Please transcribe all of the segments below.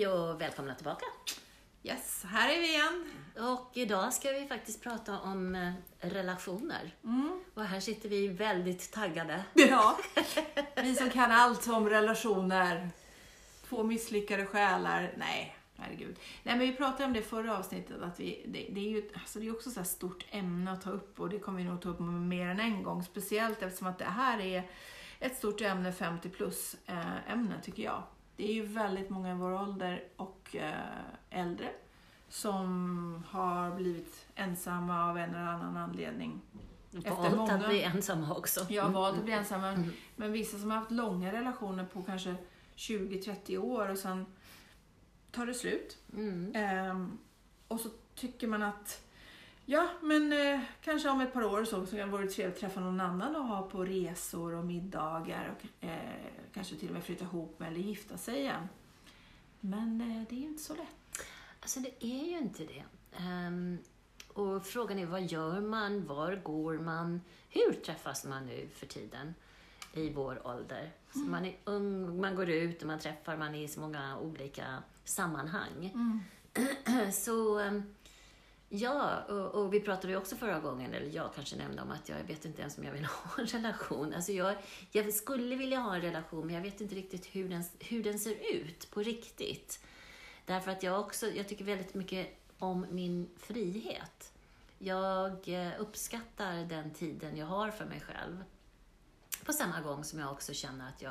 Hej och välkomna tillbaka. Yes, här är vi igen. Och idag ska vi faktiskt prata om relationer. Och här sitter vi väldigt taggade. Ja, vi som kan allt om relationer. Två misslyckade själar. Nej, herregud. Nej, men vi pratade om det förra avsnittet. Att det är ju alltså det är också så här stort ämne att ta upp. Och det kommer vi nog ta upp mer än en gång. Speciellt eftersom att det här är ett stort ämne, 50 plus ämne tycker jag. Det är ju väldigt många i vår ålder och äldre som har blivit ensamma av en eller annan anledning. Valt att bli ensamma också. Ja, valt att bli ensamma. Men vissa som har haft långa relationer på kanske 20-30 år och sen tar det slut. Och så tycker man att ja, men kanske om ett par år så kan det vara trevligt att träffa någon annan och ha på resor och middagar och kanske till och med flytta ihop med eller gifta sig igen. Men det är ju inte så lätt. Alltså det är ju inte det. Och frågan är, vad gör man? Var går man? Hur träffas man nu för tiden i vår ålder? Så man är ung, man går ut och man träffar, man är i så många olika sammanhang. Så ja, och vi pratade ju också förra gången, eller jag kanske nämnde om att jag vet inte ens om jag vill ha en relation. Alltså jag skulle vilja ha en relation, men jag vet inte riktigt hur den ser ut på riktigt. Därför att jag tycker väldigt mycket om min frihet. Jag uppskattar den tiden jag har för mig själv. På samma gång som jag också känner att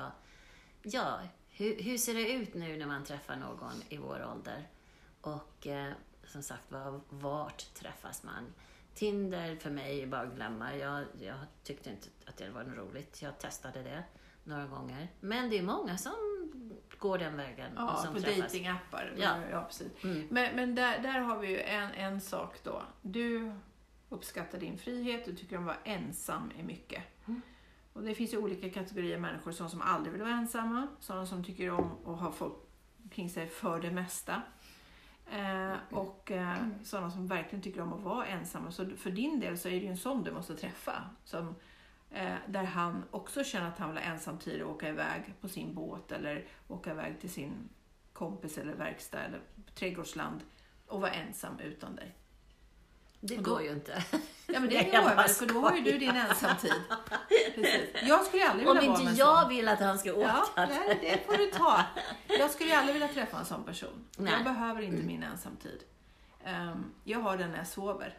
hur ser det ut nu när man träffar någon i vår ålder? Och som sagt, vart träffas man? Tinder för mig är bara att glömma. Jag tyckte inte att det var roligt. Jag testade det några gånger. Men det är många som går den vägen. Ja, som på träffas. datingappar. Ja, precis. Men där har vi ju en sak då. Du uppskattar din frihet. Du tycker om att vara ensam är mycket. Och det finns ju olika kategorier människor. Sådana som aldrig vill vara ensamma. Sådana som tycker om att ha folk kring sig för det mesta. Och sådana som verkligen tycker om att vara ensamma. Så för din del så är det ju en sån du måste träffa. Som, där han också känner att han vill ha ensam tid och åka iväg på sin båt. Eller åka iväg till sin kompis eller verkstad eller trädgårdsland. Och vara ensam utan dig. Det går ju inte. Ja, men det går väl, för då har ju du din ensamtid. Precis. Jag skulle aldrig vilja vara om med inte jag vill att han ska åka. Ja, det får du ta. Jag skulle aldrig vilja träffa en sån person. Nej. Jag behöver inte min ensamtid. Jag har den när jag sover.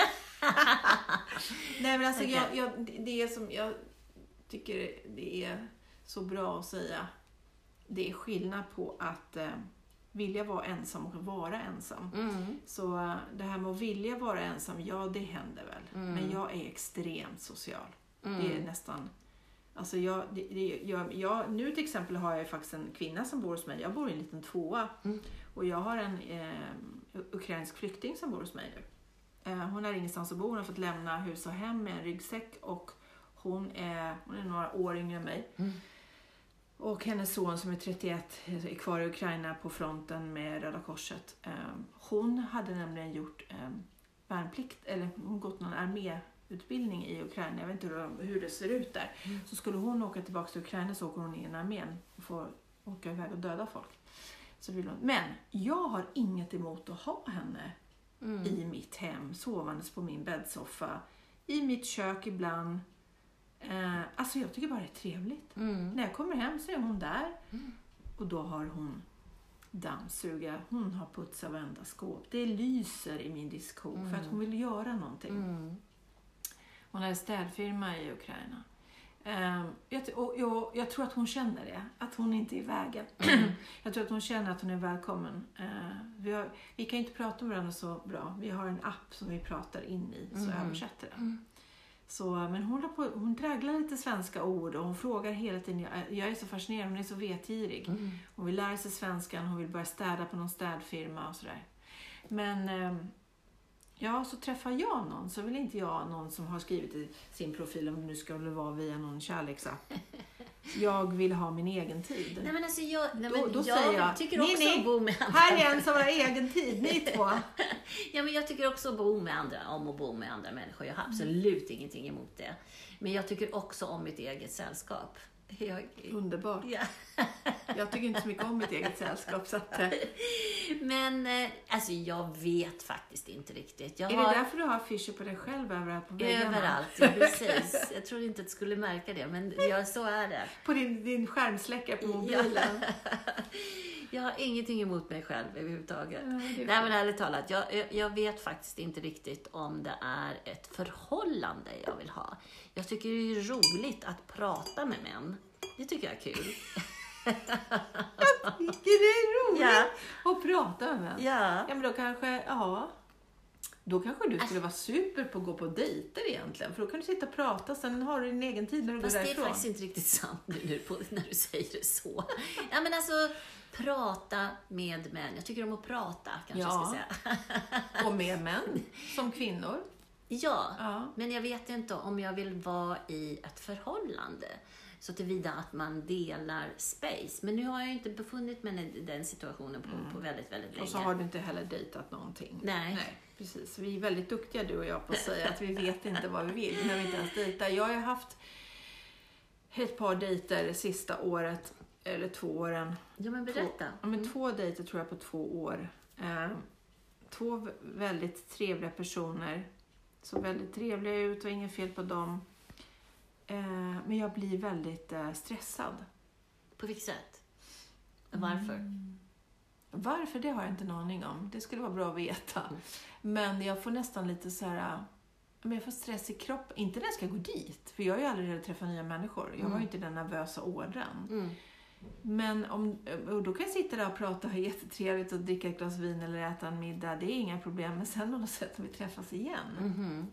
Nej, men alltså det som jag tycker det är så bra att säga. Det är skillnad på att vilja vara ensam och vara ensam. Så det här med att vilja vara ensam, ja det händer väl. Men jag är extremt social. Det är nästan... Alltså nu till exempel har jag faktiskt en kvinna som bor hos mig. Jag bor i en liten tvåa. Och jag har en ukrainsk flykting som bor hos mig nu. Hon har ingenstans att bo. Hon har fått lämna hus och hem med en ryggsäck. Och hon är några år yngre än mig. Och hennes son som är 31 är kvar i Ukraina på fronten med Röda Korset. Hon hade nämligen gjort värnplikt, eller hon gått någon arméutbildning i Ukraina. Jag vet inte hur det ser ut där. Så skulle hon åka tillbaka till Ukraina så åker hon in i armén och får åka iväg och döda folk. Så vill hon. Men jag har inget emot att ha henne i mitt hem, sovandes på min bäddsoffa, i mitt kök ibland. Alltså jag tycker bara det är trevligt. När jag kommer hem så är hon där. Och då har hon dammsuga. Hon har putsat varenda skåp. Det lyser i min diskho för att hon vill göra någonting. Hon har en städfirma i Ukraina. Jag tror att hon känner det. Att hon inte är i vägen. Jag tror att hon känner att hon är välkommen. Vi kan inte prata med varandra så bra. Vi har en app som vi pratar in i. Så översätter den. Så, men hon tragglar lite svenska ord och hon frågar hela tiden. Jag är så fascinerad, hon är så vetgirig. Hon vill lära sig svenskan, hon vill börja städa på någon städfirma och sådär. Men så träffar jag någon så vill inte jag någon som har skrivit i sin profil, om det nu ska vara via någon kärleksapp. Jag vill ha min egen tid. Nej, men alltså då säger jag, tycker också att bo med andra. Här är en som har egen tid, ni två. Ja, men jag tycker också om att bo med andra människor. Jag har absolut ingenting emot det. Men jag tycker också om mitt eget sällskap. Underbart. Ja. Jag tycker inte så mycket om mitt eget sällskap. Så att, Men alltså jag vet faktiskt inte riktigt. är det därför du har affischer på dig själv överallt på väggarna? Överallt, ja, precis. Jag tror inte att du skulle märka det, men ja, så är det. På din skärmsläckare på mobilen? Jag har ingenting emot mig själv överhuvudtaget. Ja, Nej, men ärligt talat, jag vet faktiskt inte riktigt om det är ett förhållande jag vill ha. Jag tycker det är roligt att prata med män. Det tycker jag är kul. Jag tycker det är roligt att prata med män. Ja. Ja, men då kanske du skulle vara super på att gå på dejter egentligen. För då kan du sitta och prata, sen har du din egen tid när du går därifrån. Fast det är faktiskt inte riktigt sant nu när du säger det så. Ja, men alltså, prata med män. Jag tycker om att prata, kanske jag ska säga. Och med män, som kvinnor. Ja, men jag vet inte om jag vill vara i ett förhållande. Så tillvida att man delar space. Men nu har jag inte befunnit mig i den situationen på väldigt, väldigt länge. Och så har du inte heller dejtat någonting. Nej. Precis. Vi är väldigt duktiga, du och jag, på att säga att vi vet inte vad vi vill när vi inte ens dejtar. Jag har haft ett par dejter det sista året, eller 2 åren. Ja, men berätta. Två dejter tror jag på 2 år. 2 väldigt trevliga personer. Så väldigt trevliga ut och inget fel på dem. Men jag blir väldigt stressad. På vilket sätt? Varför? Varför, det har jag inte en aning om. Det skulle vara bra att veta. Men jag får nästan lite så här... Men jag får stress i kroppen. Inte när jag ska gå dit. För jag har ju aldrig träffat nya människor. Jag har ju inte den nervösa ådran. Men då kan jag sitta där och prata, ha jättetrevligt och dricka ett glas vin eller äta en middag. Det är inga problem. Men sen på något sätt när vi träffas igen.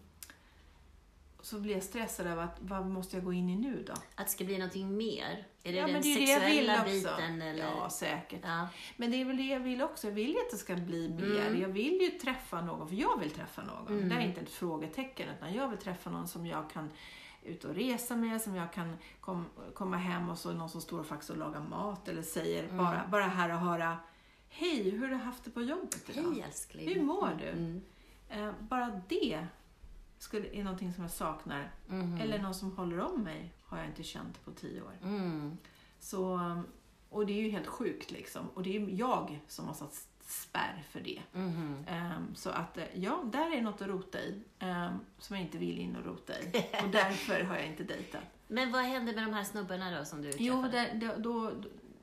Så blir jag stressad av att vad måste jag gå in i nu då? Att det ska bli någonting mer? Är det Ja, den men det är sexuella det biten? Eller? Ja, säkert. Ja. Men det är väl det jag vill också. Jag vill ju att det ska bli mer. Jag vill ju träffa någon, för jag vill träffa någon. Det är inte ett frågetecken, utan jag vill träffa någon som jag kan ut och resa med, som jag kan komma hem och så är någon som står och faktiskt och lagar mat eller säger bara här och höra: hej, hur har du haft det på jobbet idag? Hej älskling. Hur mår du? Bara det är någonting som jag saknar. Eller någon som håller om mig har jag inte känt på 10 år. Så, och det är ju helt sjukt liksom. Och det är jag som har satt spärr för det. Så att ja, där är något att rota i. Som jag inte vill in och rota i. Och därför har jag inte dejtat. Men vad hände med de här snubbarna då som du träffade? Jo,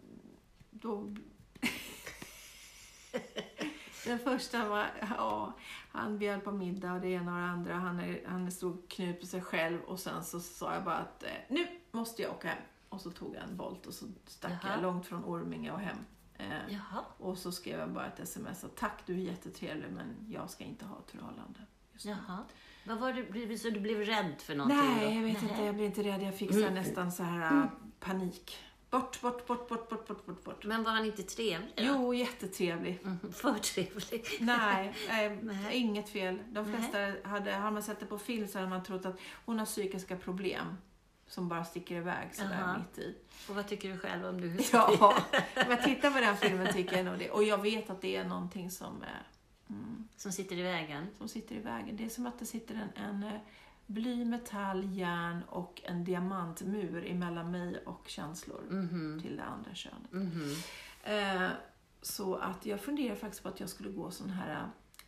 då den första var, han bjöd på middag och det ena och det andra. Han stod knut på sig själv och sen så sa jag bara att nu måste jag åka hem. Och så tog jag en Bolt och så stack jag långt från Orminge och hem. Och så skrev jag bara ett sms att tack, du är jättetrevlig, men jag ska inte ha ett förhållande. Jaha. Vad var det, så du blev rädd för någonting? Nej, jag vet inte, jag blev inte rädd. Jag fick nästan så här panik. Bort. Men var han inte trevlig då? Jo, jättetrevlig. För trevlig. Nej, inget fel. De flesta har man sett det på film så hade man trott att hon har psykiska problem som bara sticker iväg sådär mitt i. Och vad tycker du själv om du? Ja, om jag tittar på den filmen tycker jag nog det. Och jag vet att det är någonting som sitter i vägen. Som sitter i vägen. Det är som att det sitter en bly, metall, järn och en diamantmur emellan mig och känslor till det andra könet. Så att jag funderar faktiskt på att jag skulle gå sån här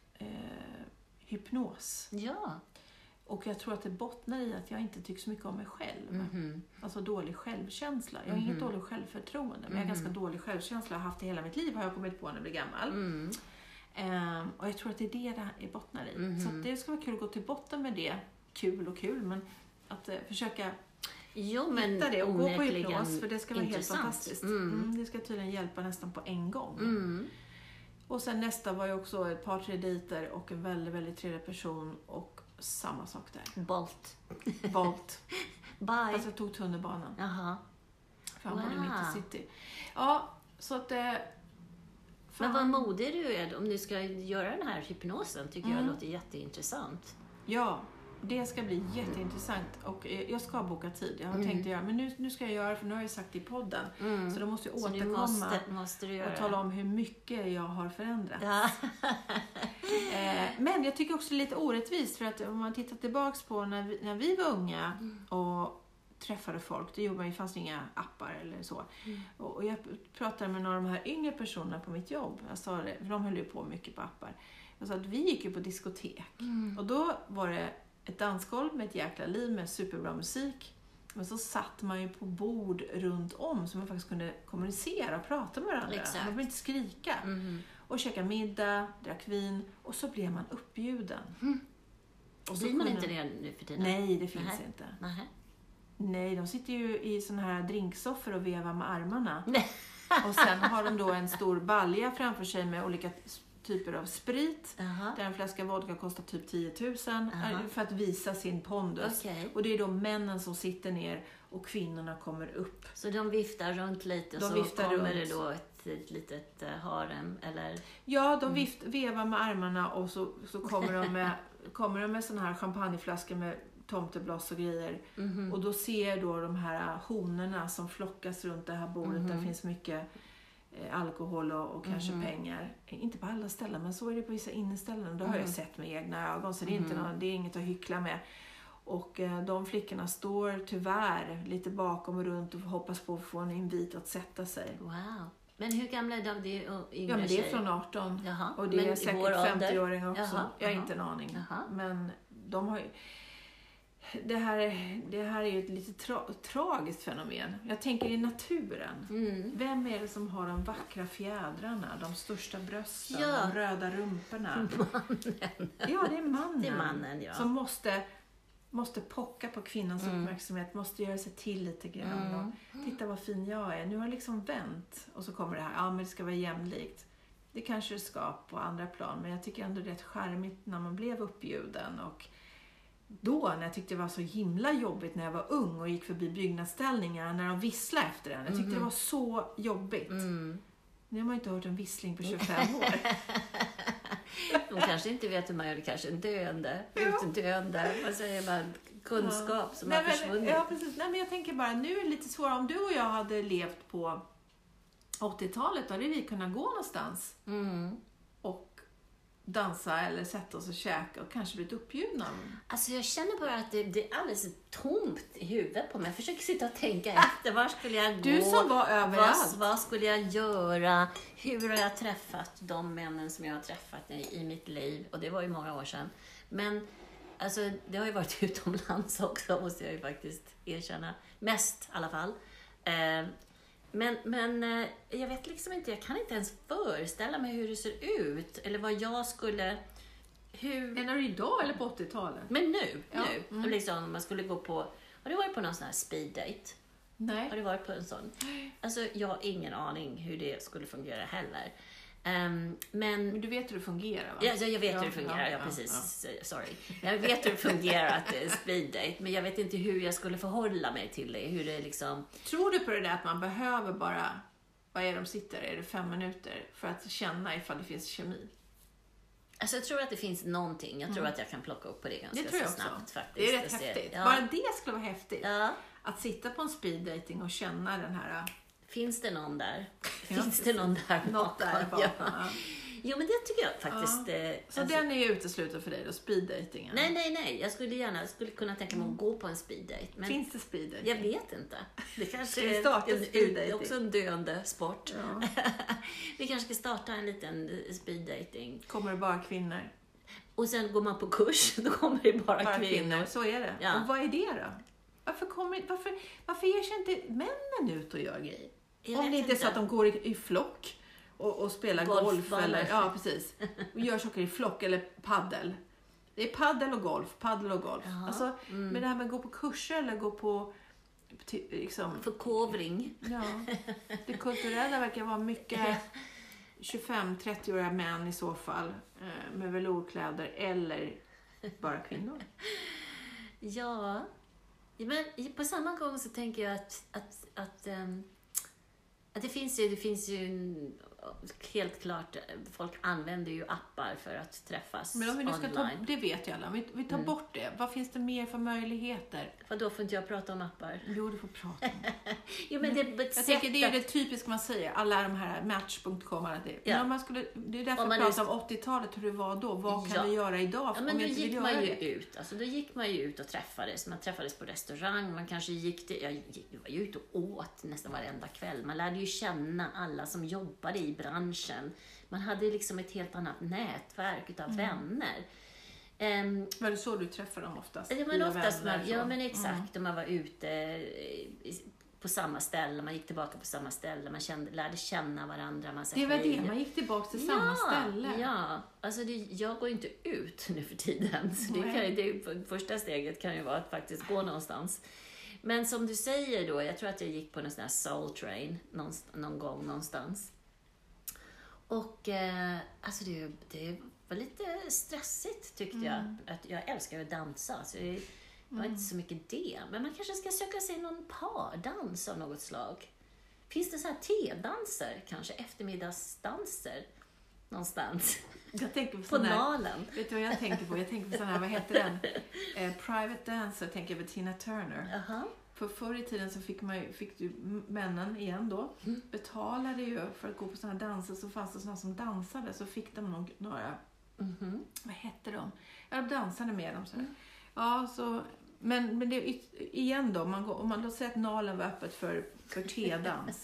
hypnos. Ja. Och jag tror att det bottnar i att jag inte tycker så mycket om mig själv. Alltså dålig självkänsla. Jag har inget dåligt självförtroende, men jag har ganska dålig självkänsla. Jag har haft det hela mitt liv, har jag kommit på när jag blir gammal. Och jag tror att det är det bottnar i. Så att det ska vara kul att gå till botten med det. Kul, men att försöka hitta det och gå på hypnos, för det ska vara helt fantastiskt. Det ska tydligen hjälpa nästan på en gång. Och sen nästa var ju också ett par 3 dejter och en väldigt, väldigt trevlig person och samma sak där. Bolt. Bye. Alltså jag tog tunnelbanan. Jaha. För han bodde mitt i city. Ja, så att men vad modig du är om du ska göra den här hypnosen, tycker jag låter jätteintressant. Ja, det ska bli jätteintressant och jag ska boka tid. Jag har tänkt göra, men nu ska jag göra, för nu har jag sagt det i podden. Så då måste jag återkomma måste du göra. Och tala om hur mycket jag har förändrat. Ja. Men jag tycker också det är lite orättvist, för att om man tittar tillbaks på när vi var unga och träffade folk. Det fanns inga appar eller så. Och jag pratade med några av de här yngre personerna på mitt jobb. Jag sa det, för de höll ju på mycket på appar. Jag sa att vi gick ju på diskotek. Och då var det ett dansgolv med ett jäkla liv med superbra musik. Men så satt man ju på bord runt om så man faktiskt kunde kommunicera och prata med varandra. Exakt. Man behövde inte skrika. Och käka middag, drack vin och så blev man uppbjuden. Och så man inte det nu för tiden? Nej, det finns inte. Nähä. Nej, de sitter ju i såna här drinksoffer och vevar med armarna. Och sen har de då en stor balja framför sig med olika typer av sprit. Där en flaska vodka kostar typ 10 000 för att visa sin pondus. Okay. Och det är då männen som sitter ner och kvinnorna kommer upp. Så de viftar runt lite och så kommer det då ett litet harem? Eller? Ja, de vevar med armarna och så kommer de med såna här champagneflaskor med tomtebloss och grejer. Och då ser då de här honorna som flockas runt det här bordet. Där finns mycket alkohol och kanske pengar. Inte på alla ställen, men så är det på vissa inneställen. Det har jag sett med egna ögon, så det är inget att hyckla med. Och de flickorna står tyvärr lite bakom och runt och hoppas på att få en invit att sätta sig. Wow. Men hur gamla är de? Det är yngre ja, men det är från 18. Jaha. Och det är säkert 50-åringar också. Jaha. Jag har inte en aning. Jaha. Men de har ju... Det här är ju ett lite tragiskt fenomen. Jag tänker i naturen. Vem är det som har de vackra fjädrarna, de största brösten, de röda rumporna? Mannen. Ja, det är mannen. Det är mannen, ja. Som måste pocka på kvinnans uppmärksamhet, måste göra sig till lite grann. Och, titta vad fin jag är. Nu har jag liksom vänt. Och så kommer det här, men det ska vara jämlikt. Det kanske det ska på andra plan, men jag tycker ändå det är rätt charmigt när man blev uppbjuden. Och då, när jag tyckte det var så himla jobbigt när jag var ung och gick förbi byggnadsställningar, när de visslade efter en. Jag tyckte det var så jobbigt. Nu har man inte hört en vissling på 25 år. De kanske inte vet hur man gör det, kanske en döende, utdöende, vad säger man, kunskap som har försvunnit. Ja, precis. Nej, men jag tänker bara, nu är det lite svårare. Om du och jag hade levt på 80-talet, då hade vi kunnat gå någonstans och dansa eller sätta oss och käka och kanske blivit uppbjudna. Alltså jag känner bara att det är alldeles tomt i huvudet på mig. Jag försöker sitta och tänka efter, var skulle jag gå? Du som var överallt. Vad skulle jag göra? Hur har jag träffat de männen som jag har träffat i mitt liv? Och det var ju många år sedan. Men alltså, det har ju varit utomlands också, måste jag ju faktiskt erkänna. Mest i alla fall. Men jag vet liksom inte, jag kan inte ens föreställa mig hur det ser ut. Eller vad jag skulle... Menar du idag eller på 80-talet? Men nu. Liksom, man skulle gå på... Har du varit på någon sån här speed date? Nej. Har du varit på en sån? Alltså, jag har ingen aning hur det skulle fungera heller. Men du vet hur det fungerar, va? Ja, jag vet hur det fungerar. Ja, precis. Ja. Sorry. Jag vet hur det fungerar att det är speed date, men jag vet inte hur jag skulle förhålla mig till det. Hur det liksom... Tror du på det där att man behöver bara... Vad är de sitter? Är det 5 minuter för att känna ifall det finns kemi? Alltså jag tror att det finns någonting. Jag tror att jag kan plocka upp på det ganska så snabbt faktiskt. Det är rätt häftigt. Ja. Bara det skulle vara häftigt. Ja. Att sitta på en speed dating och känna den här... Finns det någon där? Finns det någon där? Något där bakom. Ja. Jo, men det tycker jag faktiskt. Så alltså, den är ju utesluten för dig då, speed datingen? Nej. Jag skulle kunna tänka mig att gå på en speed date. Men finns det speed dating? Jag vet inte. Det kanske är också en döende sport. Ja. Vi kanske ska starta en liten speed dating. Kommer det bara kvinnor? Och sen går man på kurs, då kommer det bara kvinnor. Så är det. Ja. Och vad är det då? Varför ger sig inte männen ut och gör grejer? Om det inte är så att de går i flock och spelar golf eller, ja, precis. Och gör saker i flock eller paddel. Det är paddel och golf. Alltså, men det här med att gå på kurser eller gå på liksom... Förkovring. Ja. Det kulturella verkar vara mycket 25-30-åriga män i så fall. Med velourkläder eller bara kvinnor. Ja. Men på samma gång så tänker jag att det finns ju helt klart, folk använder ju appar för att träffas Men om vi nu ska online. det vet ju alla. Om vi tar bort det. Vad finns det mer för möjligheter? För då får inte jag prata om appar. Jo, du får prata om det. Jo, men Jag tänker, det är det typiska man säger. Alla de här Match.com. Alla det. Ja. Men om man skulle, det är därför Om jag man pratar om 80-talet, hur det var då. Vad Ja. kan vi göra idag Ja, men om då vi inte vill gick göra man ju det? ut. Alltså, då gick man ju ut och träffades. Man träffades på restaurang. Man kanske jag var ju ute och åt nästan varenda kväll. Man lärde ju känna alla som jobbade i branschen. Man hade liksom ett helt annat nätverk utav vänner. Var det så du träffade dem oftast? Ja, men Dina oftast vänner, så? ja, men exakt. Och man var ute på samma ställe, man gick tillbaka på samma ställe, man lärde känna varandra. Man Det var det, man gick tillbaka till samma ställe. Ja, alltså jag går inte ut nu för tiden. Så första steget kan ju vara att faktiskt gå någonstans. Men som du säger då, jag tror att jag gick på en sån här soul train någon gång någonstans. Och alltså det var lite stressigt tyckte jag. Att jag älskar att dansa, så det var inte så mycket det. Men man kanske ska söka sig någon pardans av något slag. Finns det så här tedanser, kanske eftermiddagsdanser någonstans? Jag tänker på På Nalen. Vet du vad jag tänker på? Jag tänker på sån här, vad heter den? Private Dancer, tänker jag på Tina Turner. Jaha. För förr i tiden så fick du männen igen då, betalade ju för att gå på såna här danser, så fanns det såna som dansade, så fick de några, vad hette de? Ja, de dansade med dem. Så. Ja, så, men det igen då, om man då säger att Nalen var öppet för tedans.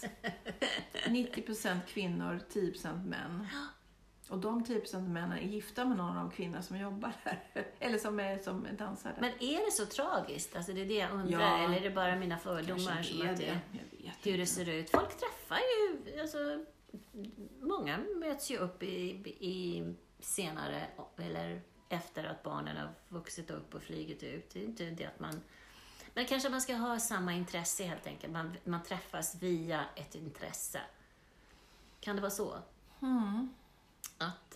90% kvinnor, 10% män. Och de 10% männen är gifta med någon av de kvinnor som jobbar där. Eller som dansar där. Men är det så tragiskt? Alltså det är det jag undrar. Ja, eller är det bara mina fördomar kanske som är att det. det, Jag vet hur det inte. ser ut? Folk träffar ju, alltså, många möts ju upp i senare eller efter att barnen har vuxit upp och flygit ut. Det är inte det att men kanske man ska ha samma intresse helt enkelt. Man träffas via ett intresse. Kan det vara så? Att,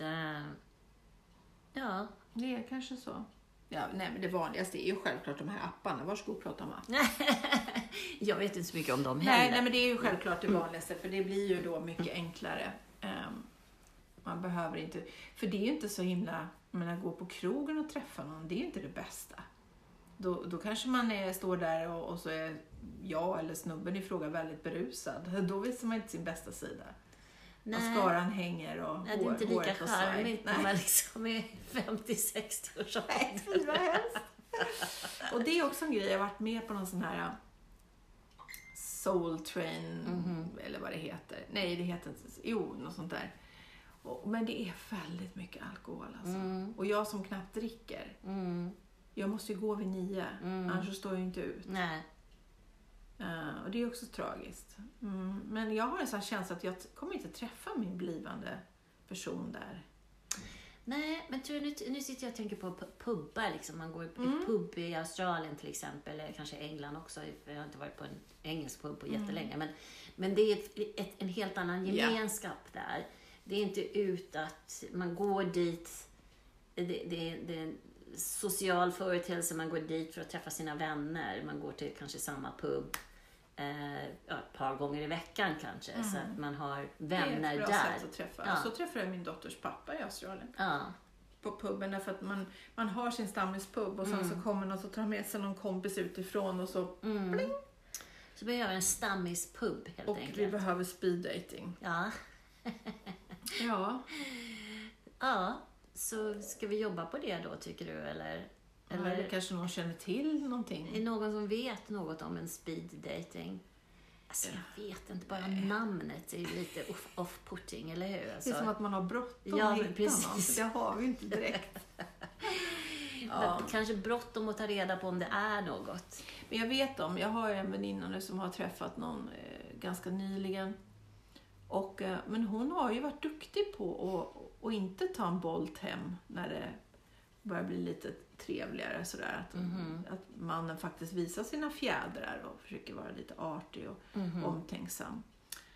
ja. Det är kanske så. Ja, nej, men det vanligaste är ju självklart de här apparna. Varsågod och prata om app. Jag vet inte så mycket om dem heller. Nej, men det är ju självklart det vanligaste. För det blir ju då mycket enklare. Man behöver inte... För det är ju inte så himla... gå på krogen och träffa någon, det är ju inte det bästa. Då kanske man står där och så är jag eller snubben i fråga väldigt berusad. Då visar man inte sin bästa sida. Och skaran hänger och det är inte lika charmigt när man liksom är 50-60 års ålder. Nej, och det är också en grej, jag har varit med på någon sån här soul train, eller vad det heter. Nej, det heter inte, något sånt där. Men det är väldigt mycket alkohol alltså. Och jag som knappt dricker, jag måste ju gå vid 9, annars står jag inte ut. Nej. Och det är också tragiskt. Men jag har en sån här känsla att jag kommer inte träffa min blivande person där. Nej, men tror du, nu sitter jag och tänker på pubbar. Liksom. Man går i pub i Australien till exempel, eller kanske England också. Jag har inte varit på en engelsk pub på jättelänge. Men det är en helt annan gemenskap där. Det är inte ut att man går dit. Det är en social företeelse. Man går dit för att träffa sina vänner. Man går till kanske samma pub ett par gånger i veckan kanske. Så att man har vänner där. Det är ett bra sätt att träffa. Ja. Så träffade jag min dotters pappa i Australien. Ja. På puben, därför att man har sin stammispub och sen så kommer någon och tar med sig någon kompis utifrån och så pling. Så behöver en stammispub helt och enkelt. vi behöver speed dating. Ja. Ja. Ja, så ska vi jobba på det då tycker du? Eller kanske någon känner till någonting. är det någon som vet något om en speed dating? Alltså jag vet inte, bara namnet är ju lite off-putting, eller hur? Alltså, Det är som att man har bråttom Ja, att hitta precis. någon. Så det har vi inte direkt. kanske bråttom att ta reda på om det är något. Men jag har en väninna nu som har träffat någon ganska nyligen. Men hon har ju varit duktig på att inte ta en bolt hem när det börjar bli lite trevligare. Sådär, att mannen faktiskt visar sina fjädrar och försöker vara lite artig och omtänksam.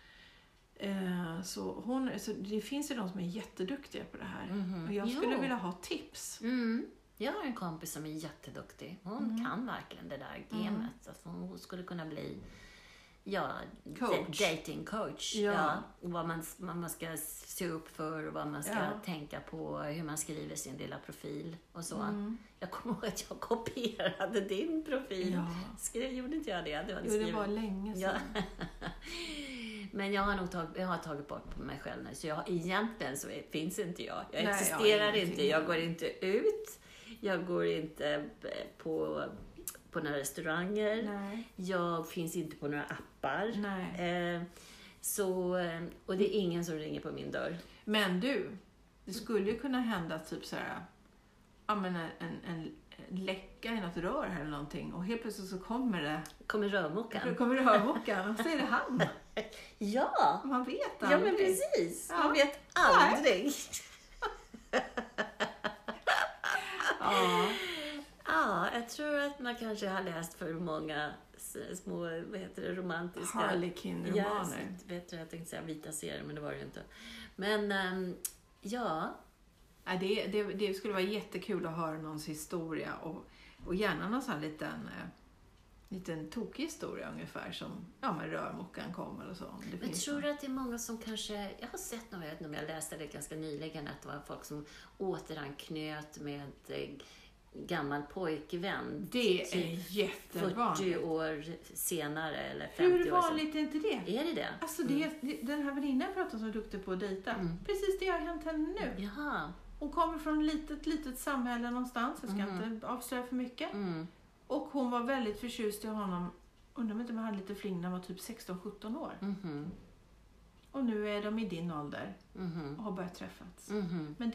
Så det finns ju de som är jätteduktiga på det här. Och jag skulle vilja ha tips. Jag har en kompis som är jätteduktig. Hon kan verkligen det där gamet. Alltså hon skulle kunna bli dating coach. Ja. Vad man ska se upp för och vad man ska tänka på, hur man skriver sin lilla profil och så. Jag kommer ihåg att jag kopierade din profil. Gjorde inte jag det? Det var länge sedan. Ja. Men jag har tagit bort på mig själv nu. Så egentligen så finns inte jag. Jag existerar inte. Jag går inte ut. Jag går inte på några restauranger. Nej. Jag finns inte på några appar. Nej. Och det är ingen som ringer på min dörr. Men det skulle ju kunna hända typ så här, en läcka i något rör här eller någonting. Och helt plötsligt så kommer rörmokaren. Och så är det han. Ja. Man vet aldrig. Ja, men precis. Man vet aldrig. Ja, jag tror att man kanske har läst för många små, romantiska... Harlequin-romaner. Jag tänkte säga vita serier, men det var det ju inte. Men, Det skulle vara jättekul att höra någons historia och gärna någon sån liten tokig historia ungefär som med rörmokaren kommer eller så. Men tror du att det är många som kanske, jag har sett något, jag vet inte om jag läste det ganska nyligen, att det var folk som återanknöt med gammal pojkvän. Det är jättevanligt. 40 år senare eller 50 år senare. Hur vanligt är inte det? Är det det? Alltså den här väninnan pratar som är duktig på att dejta. Precis det har hänt henne nu. Jaha. Hon kommer från ett litet samhälle någonstans. Jag ska inte avslöja för mycket. Och hon var väldigt förtjust i honom. Undrar om inte man hade lite fling när han var typ 16-17 år. Och nu är de i din ålder. Och har börjat träffas. Men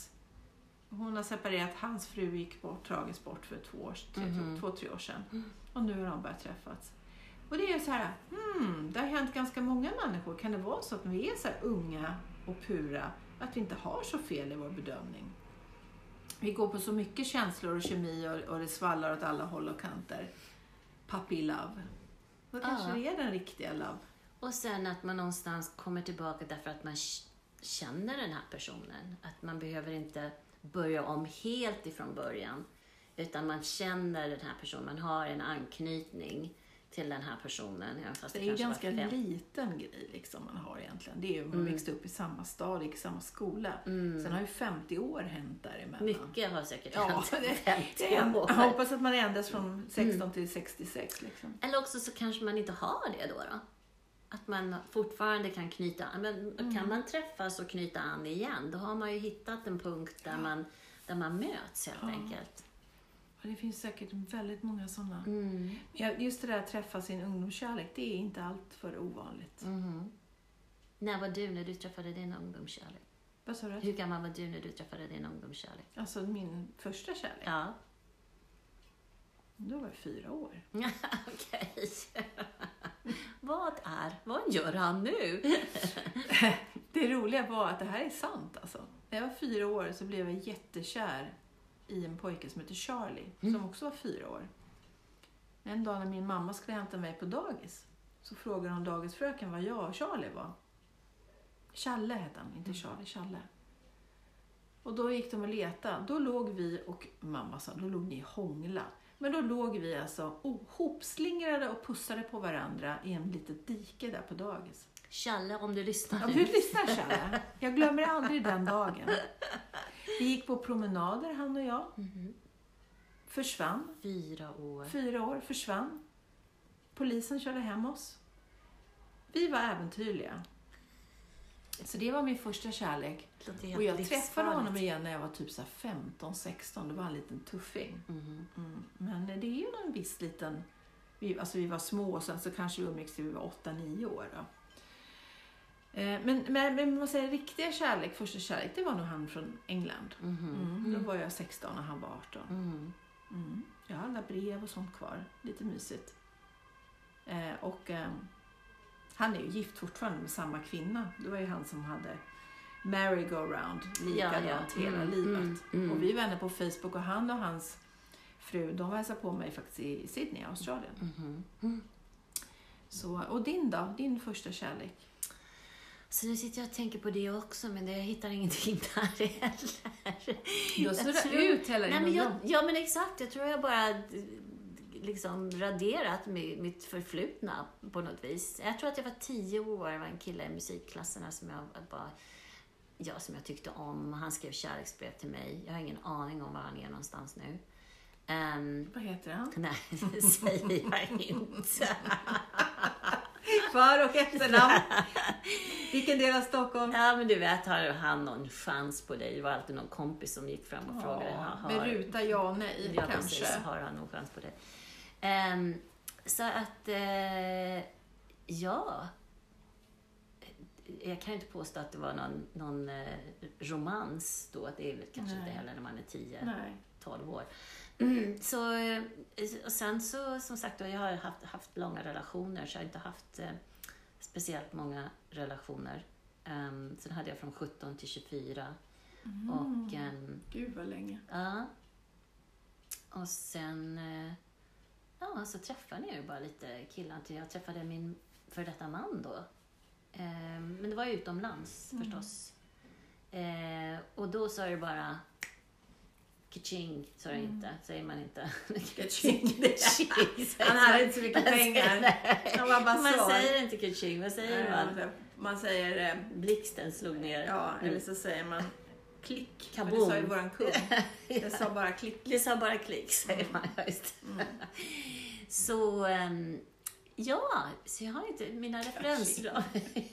hon har separerat, hans fru gick tragiskt bort för 2-3 år sedan. Och nu har de börjat träffas. Och det är så här, det har hänt ganska många människor. Kan det vara så att vi är så här unga och pura, att vi inte har så fel i vår bedömning? Vi går på så mycket känslor och kemi och det svallar åt alla håll och kanter. Puppy love. Då kanske det är den riktiga love. Och sen att man någonstans kommer tillbaka därför att man känner den här personen. Att man behöver inte börja om helt ifrån början. Utan man känner den här personen. Man har en anknytning till den här personen. Det är ju ganska liten grej liksom man har egentligen. Det är ju man växte upp i samma stad, i samma skola. Sen har ju 50 år hänt däremellan. Mycket har säkert hänt 50 år. Jag hoppas att man ändras från 16 till 66 liksom. Eller också så kanske man inte har det då. Att man fortfarande kan knyta an. Men kan man träffas och knyta an igen, då har man ju hittat en punkt där man möts helt enkelt. Och det finns säkert väldigt många sådana. Just det där att träffa sin ungdomskärlek, det är inte allt för ovanligt. När var du när du träffade din ungdomskärlek? Vad sa du? Hur gammal var du när du träffade din ungdomskärlek? Alltså min första kärlek? Ja. Då var jag 4 år. Okej. Vad gör han nu? Det roliga var att det här är sant alltså. När jag var 4 år så blev jag jättekär i en pojke som heter Charlie. Som också var 4 år. En dag när min mamma skulle hämta mig på dagis. Så frågade hon dagisfröken vad jag och Charlie var. Challe hette han, inte Charlie, Challe. Och då gick de och letade. Då låg vi och mamma sa, då låg ni hångla. Men då låg vi alltså hopslingrade och pussade på varandra i en litet dike där på dagis. Challe, om du lyssnar. Ja, du lyssnar, Challe. Jag glömmer aldrig den dagen. Vi gick på promenader, han och jag. Försvann. 4 år. 4 år, försvann. Polisen körde hem oss. Vi var äventyrliga. Så det var min första kärlek. Och jag träffade honom igen när jag var typ 15-16. Det var en liten tuffing. Men det är ju en viss liten... Vi var små och sen så kanske vi umgicks till vi var 8-9 år. Då. Men man säger riktiga kärlek, första kärlek, det var nog han från England. Då var jag 16 och han var 18. Jag har alla brev och sånt kvar. Lite mysigt. Han är ju gift fortfarande med samma kvinna. Det var ju han som hade merry-go-round likadant hela livet. Och vi är vänner på Facebook och han och hans fru, de hälsade på mig faktiskt i Sydney, Australien. Så, och din första kärlek? Så nu sitter jag och tänker på det också, men jag hittar ingenting där heller. Du har snurrat ut hela din ungdom. Ja, men exakt. Jag tror jag bara liksom raderat mitt förflutna på något vis. Jag tror att jag var 10 år, det var en kille i musikklasserna som som jag tyckte om. Han skrev kärleksbrev till mig. Jag har ingen aning om var han är någonstans nu. Vad heter han? Nej, det säger jag inte. För- och efternamn. Vilken del av Stockholm? Ja, men du vet, har han någon chans på dig? Det var alltid någon kompis som gick fram och frågade. Med ruta ja, nej, ja, kanske. Precis, har han någon chans på dig? Så att, ja. Jag kan ju inte påstå att det var någon romans då. Att det är väl kanske inte heller när man är 10-12 år. Så, och sen så, som sagt, jag har haft långa relationer, så jag har inte haft speciellt många relationer. Sen hade jag från 17 till 24. Och, Gud vad länge. Ja. Och sen så träffade jag ju bara lite killar. Jag träffade min för detta man då. Men det var ju utomlands förstås. Och då sa det bara Kaching, sa det inte. Säger man inte. Kaching. Han hade inte så mycket pengar. Han var bara man säger inte kaching. Vad säger man? Man säger blixten slog ner. Ja, eller så säger man klick. Kaboom. Det sa ju våran kund. Det sa bara klick. Det sa bara klick, säger man. Just. Så så jag har inte mina referenser.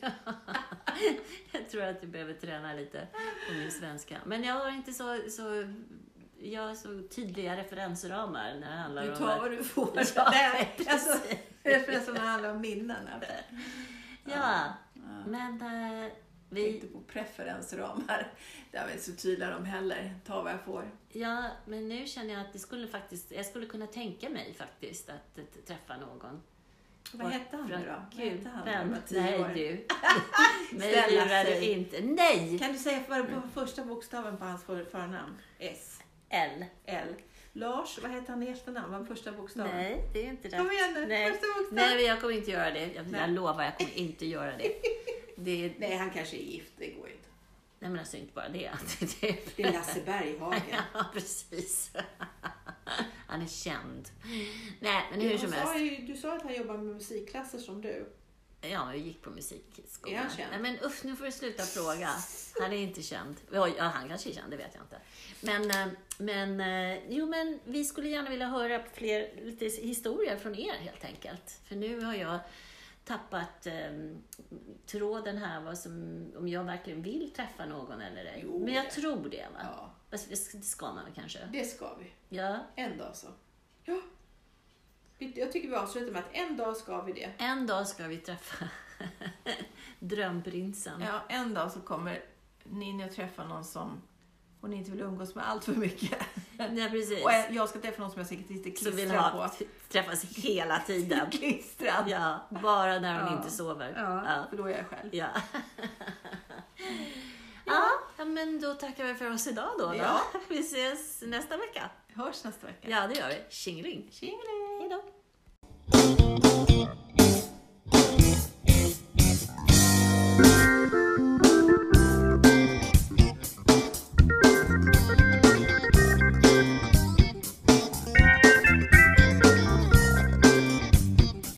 Jag tror att jag behöver träna lite på min svenska. Men jag har inte jag har så tydliga referensramar när det handlar om... Du tar vad du får. Ja, alltså, referenserna handlar om minnen. Ja, men vi... Jag tänkte på preferensramar. Det är väl så tydliga de heller. Ta vad jag får. Ja, men nu känner jag att jag skulle kunna tänka mig faktiskt att träffa någon. Vad hette han nu då? Gud, nej du. Men lurar du inte. Nej! Kan du säga på första bokstaven på hans förnamn? S. L. Lars, vad heter han i efternamn? Vad första bokstaven? Nej, det är inte rätt. Kom igen nu, nej. Första bokstaven. Nej, jag kommer inte göra det. Jag lovar, jag kommer inte göra det. Nej, han kanske är gift, det går inte. Nej, men alltså inte bara det. Det är Lasse Berghagen. Ja, precis. Han är känd. Nej, men hur som helst. Du sa att han jobbar med musikklasser som du. Ja, jag gick på musikskolan. Är han känd? Nej, men nu får du sluta fråga. Han är inte känd. Ja, han kanske är känd, det vet jag inte. Men vi skulle gärna vilja höra lite historier från er helt enkelt. För nu har jag tappat tråden här om jag verkligen vill träffa någon eller ej. Jo, men jag tror det, va? Ja. Det ska man väl kanske? Det ska vi. Ja. En dag så. Ja. Jag tycker vi avslutar med att en dag ska vi det. En dag ska vi träffa drömprinsen. Ja, en dag så kommer Ninni att träffa någon som hon inte vill umgås med allt för mycket. Ja, precis. Och jag ska träffa någon som jag säkert inte som vill klistrar på. Träffas hela tiden. Klistrad. Ja, bara när hon inte sover. Ja, för då är jag själv. Ja. Ja, men då tackar vi för oss idag då. Ja. Vi ses nästa vecka. Hörs nästa vecka. Ja, det gör vi. Tjingeling. Tjingeling. Hej då.